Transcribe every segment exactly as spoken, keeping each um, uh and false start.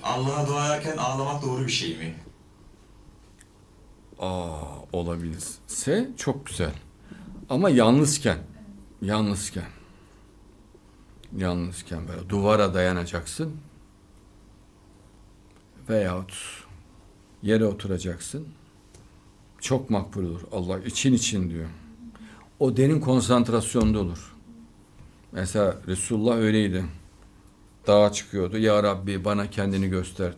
Allah'a dua ederken ağlamak doğru bir şey mi? Aa, olabilirse çok güzel. Ama yalnızken, yalnızken, yalnızken böyle duvara dayanacaksın veyahut yere oturacaksın. Çok makbul olur. Allah için için diyor. O derin konsantrasyonda olur. Mesela Resulullah öyleydi. Dağa çıkıyordu. Ya Rabbi bana kendini göstert.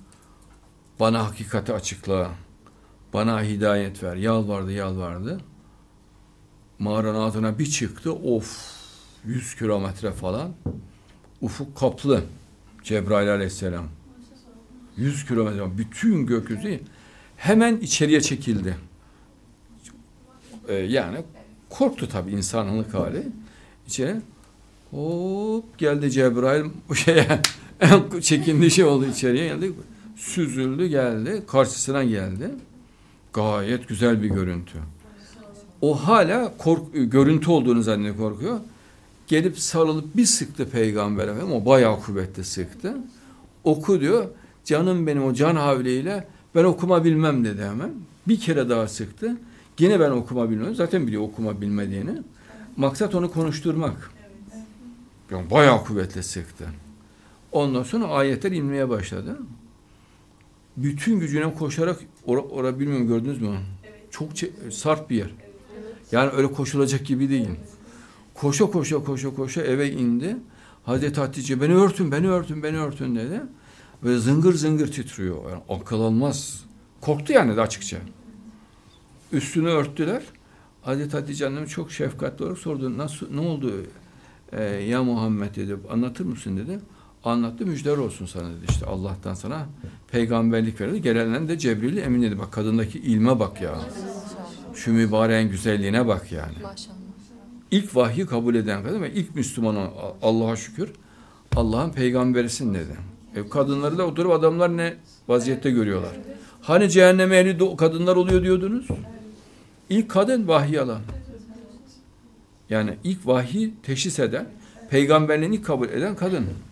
Bana hakikati açıkla. Bana hidayet ver. Yalvardı yalvardı. Mağaranın altına bir çıktı. Of! Yüz kilometre falan. Ufuk kaplı. Cebrail aleyhisselam. Yüz kilometre. Bütün gökyüzü hemen içeriye çekildi. Ee, yani korktu tabii insanlık hali. İçeri hop geldi Cebrail bu şeye en çekindiği şey oldu, içeriye geldi. Süzüldü geldi. Karşısına geldi. Gayet güzel bir görüntü. O hala kork görüntü olduğunu zannediyor, korkuyor. Gelip sarılıp bir sıktı Peygamber Efendimiz. O bayağı kuvvetli sıktı. Oku diyor. Canım benim o can havliyle ben okuma bilmem dedi hemen. Bir kere daha sıktı. Yine ben okuma bilmiyorum. Zaten biliyor okuma bilmediğini. Maksat onu konuşturmak. Yani bayağı kuvvetli sıktı. Ondan sonra ayetler inmeye başladı. Bütün gücüne koşarak orada ora, bilmiyorum gördünüz mü? Evet. Çok sarp bir yer. Yani öyle koşulacak gibi değil. Koşa koşa koşa koşa eve indi. Hazreti Hatice beni örtün, beni örtün, beni örtün dedi. Ve zıngır zıngır titriyor. Yani akıl almaz. Korktu yani de açıkça. Üstünü örttüler. Hazreti Hatice annem çok şefkatli olarak sordu. Nasıl, ne oldu? Ee, ya Muhammed dedi. Anlatır mısın dedi. Anlattı, müjdeler olsun sana dedi. İşte Allah'tan sana peygamberlik verildi. Gelenen de Cebrail emin dedi. Bak kadındaki ilme bak ya. Şu mübareğin güzelliğine bak yani. İlk vahyi kabul eden kadın ve ilk Müslüman Allah'a şükür Allah'ın peygamberisin dedi. E, kadınları da oturup adamlar ne vaziyette görüyorlar. Hani cehennem ehli kadınlar oluyor diyordunuz? İlk kadın vahiy alan. Yani ilk vahyi teşhis eden, peygamberliğini kabul eden kadın.